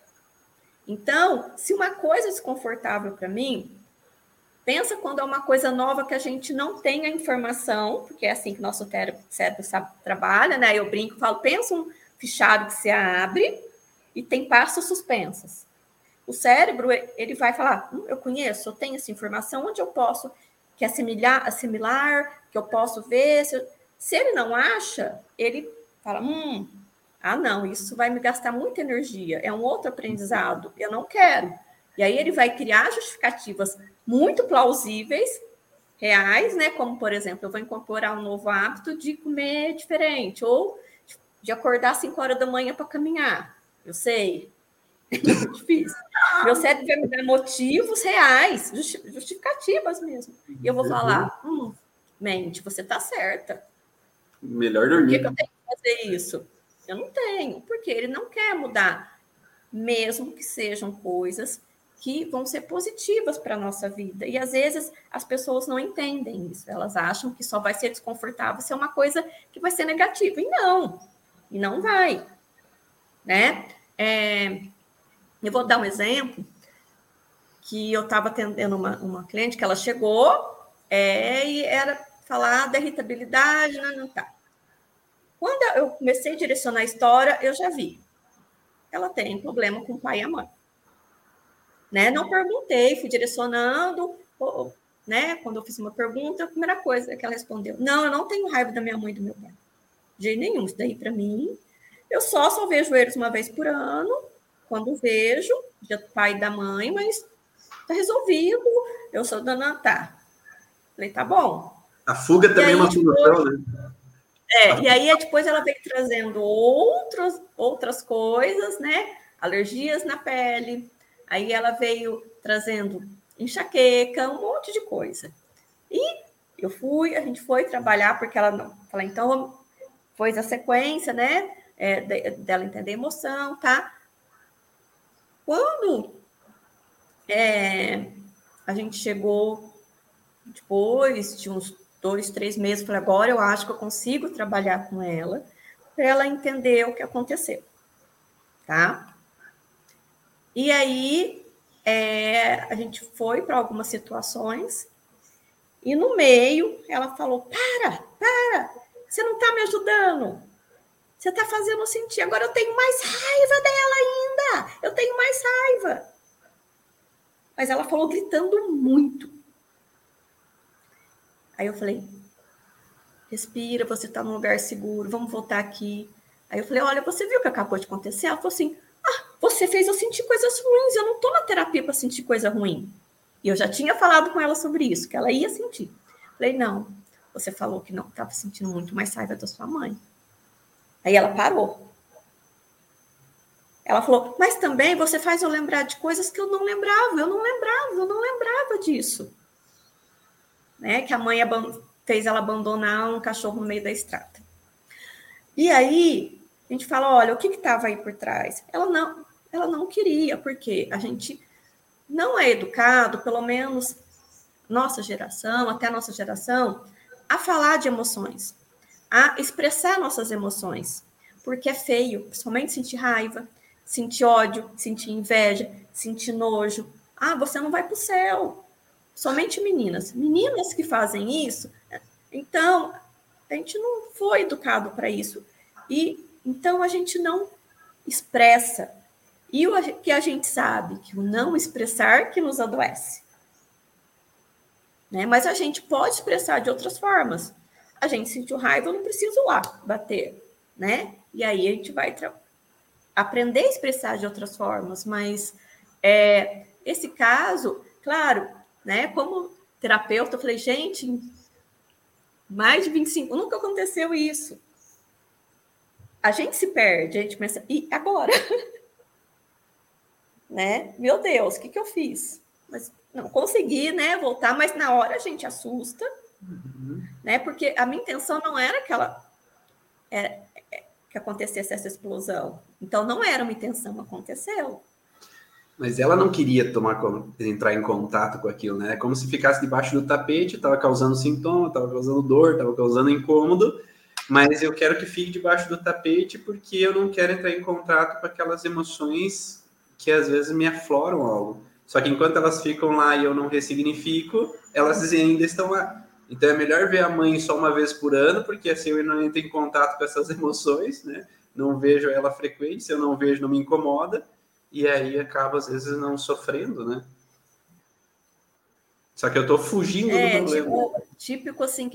Então, se uma coisa é desconfortável para mim, pensa quando é uma coisa nova que a gente não tem a informação, porque é assim que nosso cérebro, cérebro sabe, trabalha, né? Eu brinco e falo, pensa um fichário que você abre e tem passos suspensos. O cérebro, ele vai falar, hum, eu conheço, eu tenho essa informação, onde eu posso que assimilar, assimilar, que eu posso ver. Se, eu... se ele não acha, ele fala, hum, ah, não, isso vai me gastar muita energia, é um outro aprendizado, eu não quero. E aí ele vai criar justificativas muito plausíveis, reais, né? Como, por exemplo, eu vou incorporar um novo hábito de comer diferente, ou de acordar às cinco horas da manhã para caminhar. Eu sei, é muito difícil. Meu cérebro vai me dar motivos reais, justificativas mesmo. E eu vou falar, hum, mente, você está certa. Melhor dormir. Por que, que eu tenho que fazer isso? Eu não tenho, porque ele não quer mudar, mesmo que sejam coisas que vão ser positivas para a nossa vida. E, às vezes, as pessoas não entendem isso. Elas acham que só vai ser desconfortável se é uma coisa que vai ser negativa. E não. E não vai. Né? É, eu vou dar um exemplo que eu estava atendendo uma, uma cliente que ela chegou é, e era falar da irritabilidade, não, não tá. Quando eu comecei a direcionar a história, eu já vi. Ela tem problema com o pai e a mãe. Né? Não perguntei, fui direcionando, né? Quando eu fiz uma pergunta, a primeira coisa que ela respondeu, não, eu não tenho raiva da minha mãe e do meu pai. De jeito nenhum, isso daí para mim, eu só, só vejo eles uma vez por ano, quando vejo, dia do pai e da mãe, mas tá resolvido, eu sou dona, tá. Falei, tá bom. A fuga também aí, é uma solução, né? É, e aí depois ela veio trazendo outros, outras coisas, né? Alergias na pele. Aí ela veio trazendo enxaqueca, um monte de coisa. E eu fui, a gente foi trabalhar, porque ela não... Falei, então, foi a sequência, né? É, de, dela entender emoção, tá? Quando é, a gente chegou depois de uns dois, três meses, falei, agora eu acho que eu consigo trabalhar com ela para ela entender o que aconteceu, tá? E aí, é, a gente foi para algumas situações e no meio ela falou, para, para, você não está me ajudando, você está fazendo sentir, agora eu tenho mais raiva dela ainda, eu tenho mais raiva. Mas ela falou gritando muito. Aí eu falei, respira, você está num lugar seguro, vamos voltar aqui. Aí eu falei, olha, você viu o que acabou de acontecer? Ela falou assim, ah, você fez eu sentir coisas ruins, eu não estou na terapia para sentir coisa ruim. E eu já tinha falado com ela sobre isso, que ela ia sentir. Falei, não, você falou que não estava sentindo muito mais raiva da sua mãe. Aí ela parou. Ela falou, mas também você faz eu lembrar de coisas que eu não lembrava, eu não lembrava, eu não lembrava disso. Né? Que a mãe fez ela abandonar um cachorro no meio da estrada. E aí, a gente fala, olha, o que estava aí por trás? Ela não, ela não queria, porque a gente não é educado, pelo menos nossa geração, até a nossa geração, a falar de emoções, a expressar nossas emoções, porque é feio, principalmente sentir raiva, sentir ódio, sentir inveja, sentir nojo. Ah, você não vai para o céu. Somente meninas. Meninas que fazem isso, então, a gente não foi educado para isso. E, então, a gente não expressa. E o que a gente sabe? Que o não expressar que nos adoece. Né? Mas a gente pode expressar de outras formas. A gente sentiu raiva, eu não preciso lá bater. Né? E aí a gente vai aprender a expressar de outras formas. Mas, é, esse caso, claro, né, como terapeuta, eu falei, gente, mais de vinte e cinco, nunca aconteceu isso. A gente se perde, a gente pensa, e agora? Né? Meu Deus, o que, que eu fiz? Mas não consegui, né, voltar, mas na hora a gente assusta, uhum. Né? Porque a minha intenção não era que ela era, que acontecesse essa explosão. Então não era uma intenção, aconteceu. Mas ela não queria tomar, entrar em contato com aquilo, né? É como se ficasse debaixo do tapete, estava causando sintoma, estava causando dor, estava causando incômodo, mas eu quero que fique debaixo do tapete porque eu não quero entrar em contato com aquelas emoções que às vezes me afloram algo. Só que enquanto elas ficam lá e eu não ressignifico, elas ainda estão lá. Então é melhor ver a mãe só uma vez por ano, porque assim eu não entro em contato com essas emoções, né? Não vejo ela frequente, se eu não vejo, não me incomoda. E aí acaba, às vezes, não sofrendo, né? Só que eu tô fugindo é, do problema. Tipo, típico, assim, que...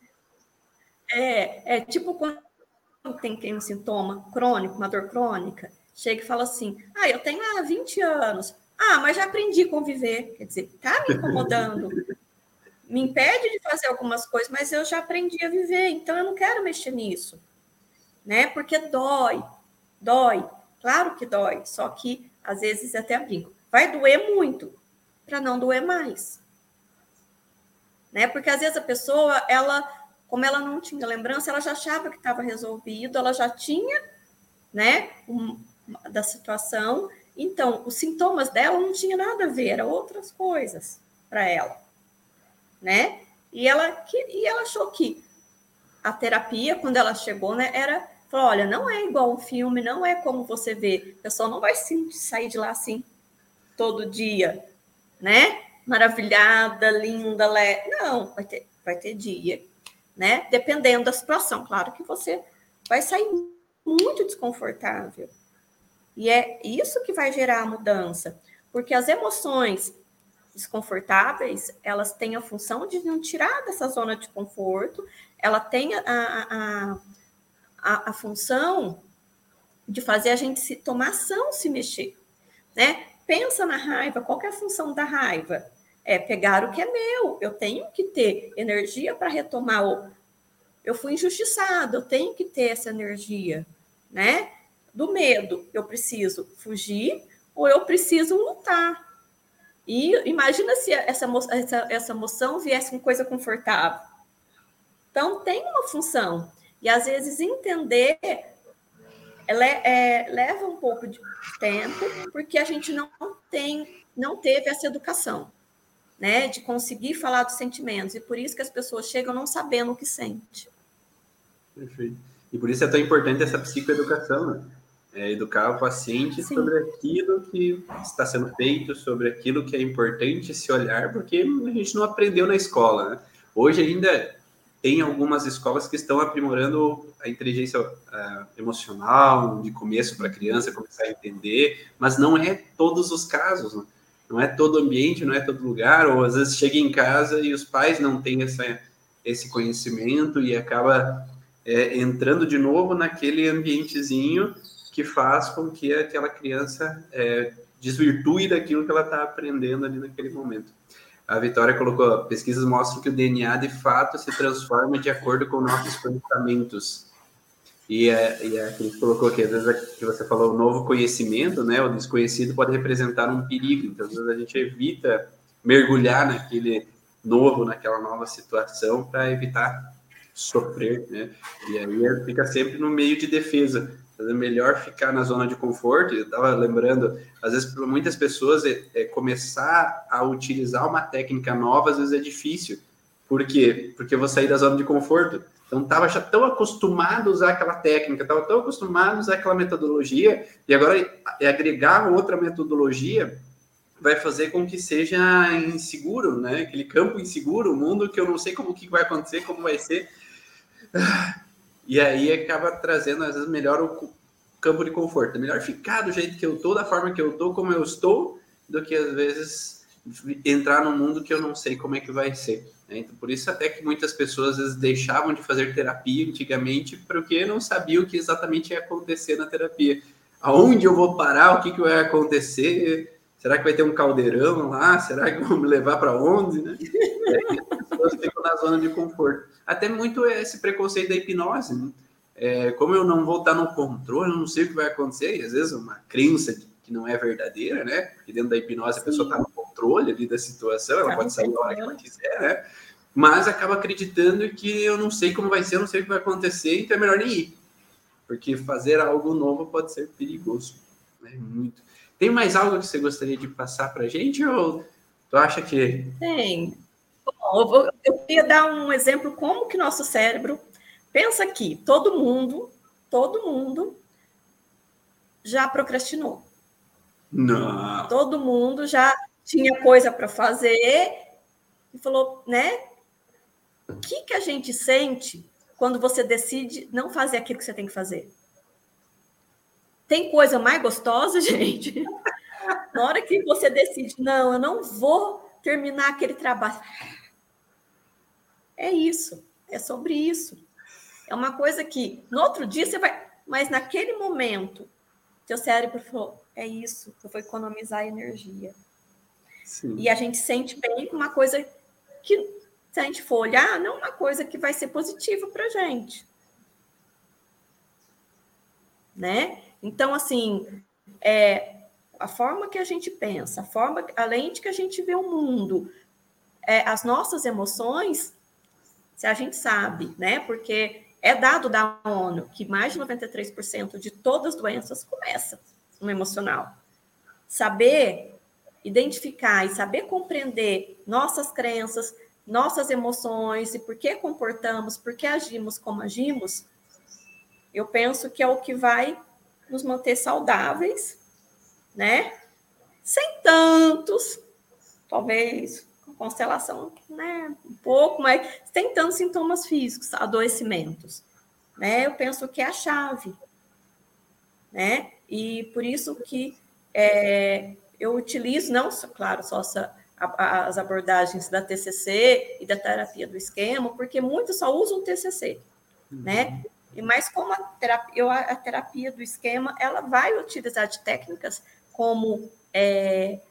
É, é tipo quando tem, tem um sintoma crônico, uma dor crônica, chega e fala assim, ah, eu tenho há vinte anos. Ah, mas já aprendi a conviver. Quer dizer, tá me incomodando. Me impede de fazer algumas coisas, mas eu já aprendi a viver, então eu não quero mexer nisso. Né? Porque dói, dói. Claro que dói, só que às vezes até brinco. Vai doer muito, para não doer mais. Né? Porque às vezes a pessoa, ela, como ela não tinha lembrança, ela já achava que estava resolvido, ela já tinha, né, um, da situação. Então, os sintomas dela não tinham nada a ver, eram outras coisas para ela. Né? E ela, que, e ela achou que a terapia, quando ela chegou, né, era... Falou, olha, não é igual um filme, não é como você vê. A pessoa não vai sim, sair de lá assim, todo dia, né? Maravilhada, linda, lé. Não, vai ter, vai ter dia, né? Dependendo da situação. Claro que você vai sair muito desconfortável. E é isso que vai gerar a mudança. Porque as emoções desconfortáveis, elas têm a função de não tirar dessa zona de conforto, ela tem a... a, a A, a função de fazer a gente se tomar ação, se mexer, né? pensa na raiva, qual que é a função da raiva? É pegar o que é meu, eu tenho que ter energia para retomar o... Eu fui injustiçado, eu tenho que ter essa energia, né? Do medo, eu preciso fugir ou eu preciso lutar. E imagina se essa, essa, essa emoção viesse com coisa confortável. Então, tem uma função. E, às vezes, entender ela é, é, leva um pouco de tempo, porque a gente não tem, não teve essa educação, né? De conseguir falar dos sentimentos. E por isso que as pessoas chegam não sabendo o que sente. Perfeito. E por isso é tão importante essa psicoeducação, né? É educar o paciente Sim. sobre aquilo que está sendo feito, sobre aquilo que é importante se olhar, porque a gente não aprendeu na escola, né? Hoje ainda tem algumas escolas que estão aprimorando a inteligência uh, emocional de começo para a criança começar a entender, mas não é todos os casos, né? Não é todo ambiente, não é todo lugar, ou às vezes chega em casa e os pais não têm essa, esse conhecimento e acaba é, entrando de novo naquele ambientezinho que faz com que aquela criança é, desvirtue daquilo que ela está aprendendo ali naquele momento. A Vitória colocou, pesquisas mostram que o D N A, de fato, se transforma de acordo com nossos pensamentos. E a, e a Cris colocou que, às vezes, que você falou, o novo conhecimento, né, o desconhecido pode representar um perigo. Então, às vezes, a gente evita mergulhar naquele novo, naquela nova situação para evitar sofrer, né? E aí fica sempre no meio de defesa. É melhor ficar na zona de conforto. Eu estava lembrando, às vezes, para muitas pessoas, é, é começar a utilizar uma técnica nova, às vezes é difícil. Por quê? Porque eu vou sair da zona de conforto. Então, estava já tão acostumado a usar aquela técnica, estava tão acostumado a usar aquela metodologia, e agora agregar outra metodologia vai fazer com que seja inseguro, né? Aquele campo inseguro, um mundo que eu não sei como que vai acontecer, como vai ser. E aí acaba trazendo, às vezes, melhor o campo de conforto. É melhor ficar do jeito que eu estou, da forma que eu estou, como eu estou, do que, às vezes, entrar num mundo que eu não sei como é que vai ser. Né? Então, por isso até que muitas pessoas, às vezes, deixavam de fazer terapia antigamente, porque não sabiam o que exatamente ia acontecer na terapia. Aonde eu vou parar? O que, que vai acontecer? Será que vai ter um caldeirão lá? Será que vão me levar para onde? Né? E aí as pessoas ficam na zona de conforto. Até muito esse preconceito da hipnose, né? É, como eu não vou estar no controle, eu não sei o que vai acontecer, e às vezes uma crença que não é verdadeira, né? Porque dentro da hipnose Sim. a pessoa está no controle ali da situação, ela tá pode sair a hora que ela quiser, né? Mas acaba acreditando que eu não sei como vai ser, eu não sei o que vai acontecer, então é melhor nem ir. Porque fazer algo novo pode ser perigoso, né? Muito. Tem mais algo que você gostaria de passar para a gente, ou tu acha que... Tem. Bom, eu, vou, eu queria dar um exemplo como que nosso cérebro... Pensa aqui, todo mundo, todo mundo já procrastinou. Não. Todo mundo já tinha coisa para fazer e falou, né? O que, que a gente sente quando você decide não fazer aquilo que você tem que fazer? Tem coisa mais gostosa, gente? Na hora que você decide, não, eu não vou terminar aquele trabalho. É isso, é sobre isso. É uma coisa que, no outro dia, você vai... Mas naquele momento, seu cérebro falou, é isso, eu vou economizar energia. Sim. E a gente sente bem uma coisa que, se a gente for olhar, não é uma coisa que vai ser positiva para a gente. Né? Então, assim, é, a forma que a gente pensa, a forma, além de que a gente vê o mundo, é, as nossas emoções, se a gente sabe, né? Porque... É dado da ONU que mais de noventa e três por cento de todas as doenças começam no emocional. Saber identificar e saber compreender nossas crenças, nossas emoções e por que comportamos, por que agimos como agimos, eu penso que é o que vai nos manter saudáveis, né? Sem tantos, talvez... constelação, né, um pouco, mas tem tantos sintomas físicos, adoecimentos, né, eu penso que é a chave, né, e por isso que é, eu utilizo, não, claro, só essa, a, as abordagens da T C C e da terapia do esquema, porque muitos só usam T C C, uhum. né, e mas como a terapia, a terapia do esquema, ela vai utilizar de técnicas como é,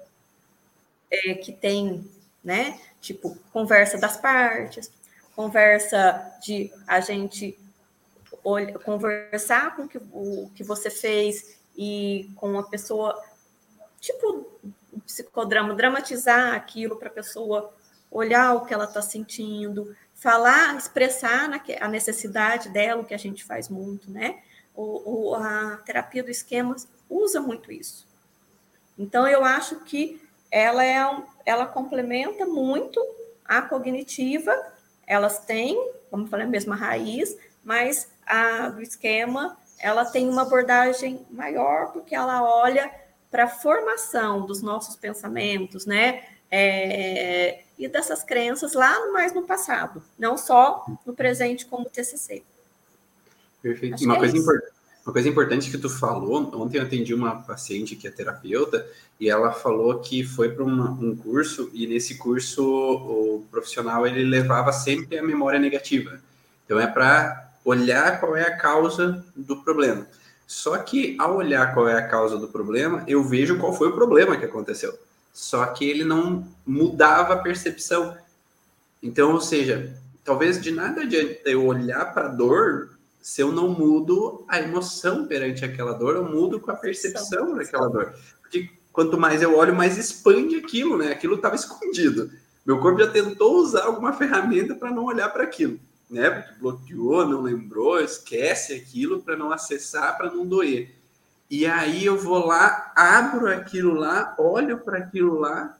é, que tem, né, tipo, conversa das partes, conversa de a gente olha, conversar com o que, o que você fez e com a pessoa, tipo, um psicodrama, dramatizar aquilo para a pessoa olhar o que ela está sentindo, falar, expressar a necessidade dela, o que a gente faz muito, né? O, o, a terapia do esquema usa muito isso. Então, eu acho que ela, é um, ela complementa muito a cognitiva, elas têm, como eu falei, a mesma raiz, mas a do esquema, ela tem uma abordagem maior, porque ela olha para a formação dos nossos pensamentos, né? É, e dessas crenças lá mais no passado, não só no presente como T C C. Perfeito. Acho uma, é coisa import- uma coisa importante que tu falou, ontem eu atendi uma paciente que é terapeuta e ela falou que foi para um curso e nesse curso o profissional ele levava sempre a memória negativa. Então é para olhar qual é a causa do problema. Só que ao olhar qual é a causa do problema, eu vejo qual foi o problema que aconteceu. Só que ele não mudava a percepção. Então, ou seja, talvez de nada adianta eu olhar para a dor se eu não mudo a emoção perante aquela dor, eu mudo com a percepção daquela dor. Porque quanto mais eu olho, mais expande aquilo, né? Aquilo estava escondido. Meu corpo já tentou usar alguma ferramenta para não olhar para aquilo, né? Porque bloqueou, não lembrou, esquece aquilo para não acessar, para não doer. E aí eu vou lá, abro aquilo lá, olho para aquilo lá,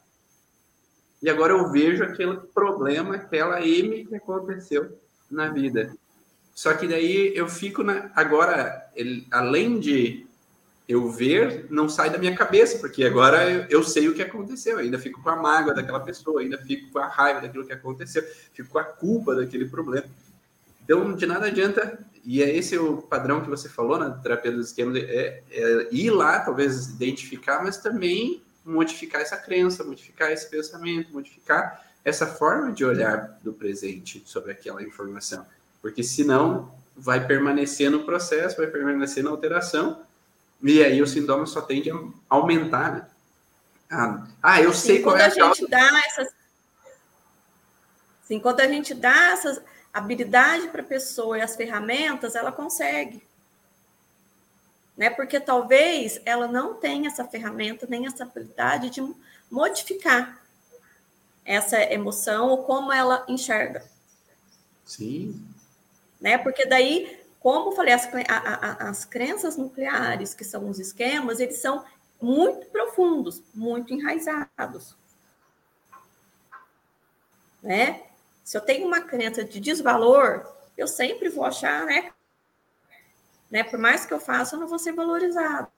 e agora eu vejo aquele problema, aquela M que aconteceu na vida. Só que daí eu fico na... Agora, ele, além de eu ver, não sai da minha cabeça, porque agora eu, eu sei o que aconteceu, eu ainda fico com a mágoa daquela pessoa, ainda fico com a raiva daquilo que aconteceu, fico com a culpa daquele problema. Então, de nada adianta, e é esse o padrão que você falou na terapia dos esquemas, é, é ir lá, talvez identificar, mas também modificar essa crença, modificar esse pensamento, modificar essa forma de olhar do presente sobre aquela informação. Porque senão vai permanecer no processo, vai permanecer na alteração, e aí o sintoma só tende a aumentar, né? Ah, ah eu sei Sim, qual é a, a causa. Gente dá essas... Sim, quando a gente dá essa habilidade para a pessoa e as ferramentas, ela consegue. Né? Porque talvez ela não tenha essa ferramenta, nem essa habilidade de modificar essa emoção ou como ela enxerga. Sim. Né? Porque daí, como eu falei, as, a, a, as crenças nucleares, que são os esquemas, eles são muito profundos, muito enraizados. Né? Se eu tenho uma crença de desvalor, eu sempre vou achar, né? né? Por mais que eu faça, eu não vou ser valorizado.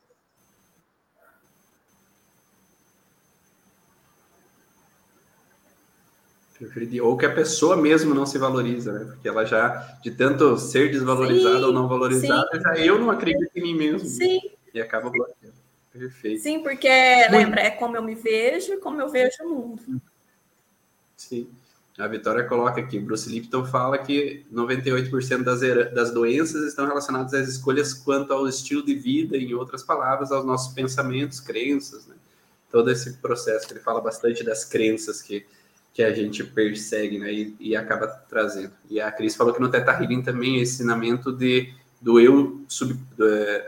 Ou que a pessoa mesmo não se valoriza, né? Porque ela já, de tanto ser desvalorizada ou não valorizada, já eu não acredito em mim mesmo. Sim. Né? E acaba bloqueando. Perfeito. Sim, porque, Muito... lembra, é como eu me vejo e como eu vejo o mundo. Sim. A Vitória coloca aqui, Bruce Lipton fala que noventa e oito por cento das, das doenças estão relacionadas às escolhas quanto ao estilo de vida, em outras palavras, aos nossos pensamentos, crenças, né? Todo esse processo, que ele fala bastante das crenças que, que a gente persegue, né? E, e acaba trazendo. E a Cris falou que no Theta Healing também é ensinamento de, do, eu sub, do,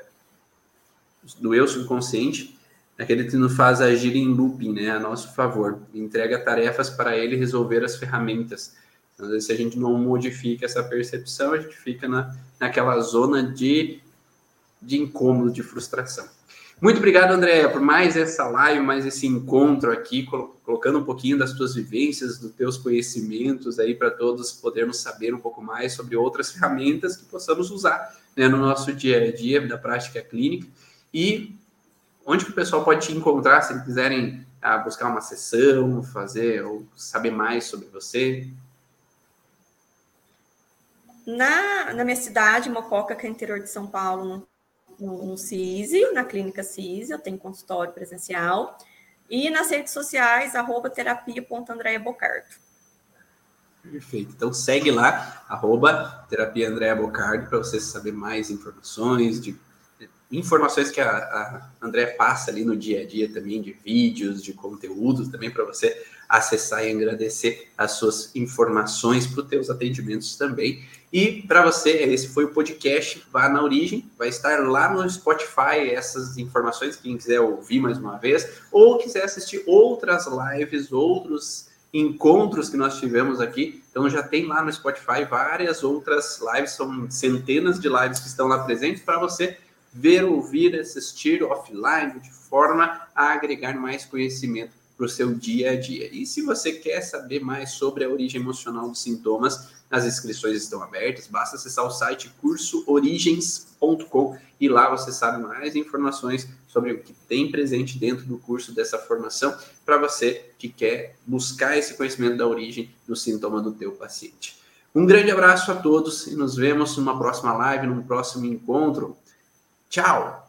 do eu subconsciente, aquele que nos faz agir em looping, né, a nosso favor, entrega tarefas para ele resolver as ferramentas. Então, às vezes, se a gente não modifica essa percepção, a gente fica na, naquela zona de, de incômodo, de frustração. Muito obrigado, Andréa, por mais essa live, mais esse encontro aqui, colocando um pouquinho das tuas vivências, dos teus conhecimentos aí para todos podermos saber um pouco mais sobre outras ferramentas que possamos usar, né, no nosso dia a dia da prática clínica. E onde que o pessoal pode te encontrar se quiserem ah, buscar uma sessão, fazer ou saber mais sobre você? Na, na minha cidade, Mococa, que é interior de São Paulo, no, no C I S I, na clínica C I S I, eu tenho consultório presencial. E nas redes sociais, arroba terapia ponto andrea bocardo. Perfeito. Então segue lá, arroba terapia Andrea Bocardi, para você saber mais informações de informações que a, a André passa ali no dia a dia também, de vídeos, de conteúdos, também para você acessar e agradecer as suas informações para os teus atendimentos também. E para você, esse foi o podcast Vá na Origem, vai estar lá no Spotify essas informações, quem quiser ouvir mais uma vez, ou quiser assistir outras lives, outros encontros que nós tivemos aqui, então já tem lá no Spotify várias outras lives, são centenas de lives que estão lá presentes para você ver, ouvir, assistir offline, de forma a agregar mais conhecimento para o seu dia a dia. E se você quer saber mais sobre a origem emocional dos sintomas, as inscrições estão abertas, basta acessar o site curso origens ponto com e lá você sabe mais informações sobre o que tem presente dentro do curso dessa formação para você que quer buscar esse conhecimento da origem do sintoma do teu paciente. Um grande abraço a todos e nos vemos numa próxima live, num próximo encontro. Tchau!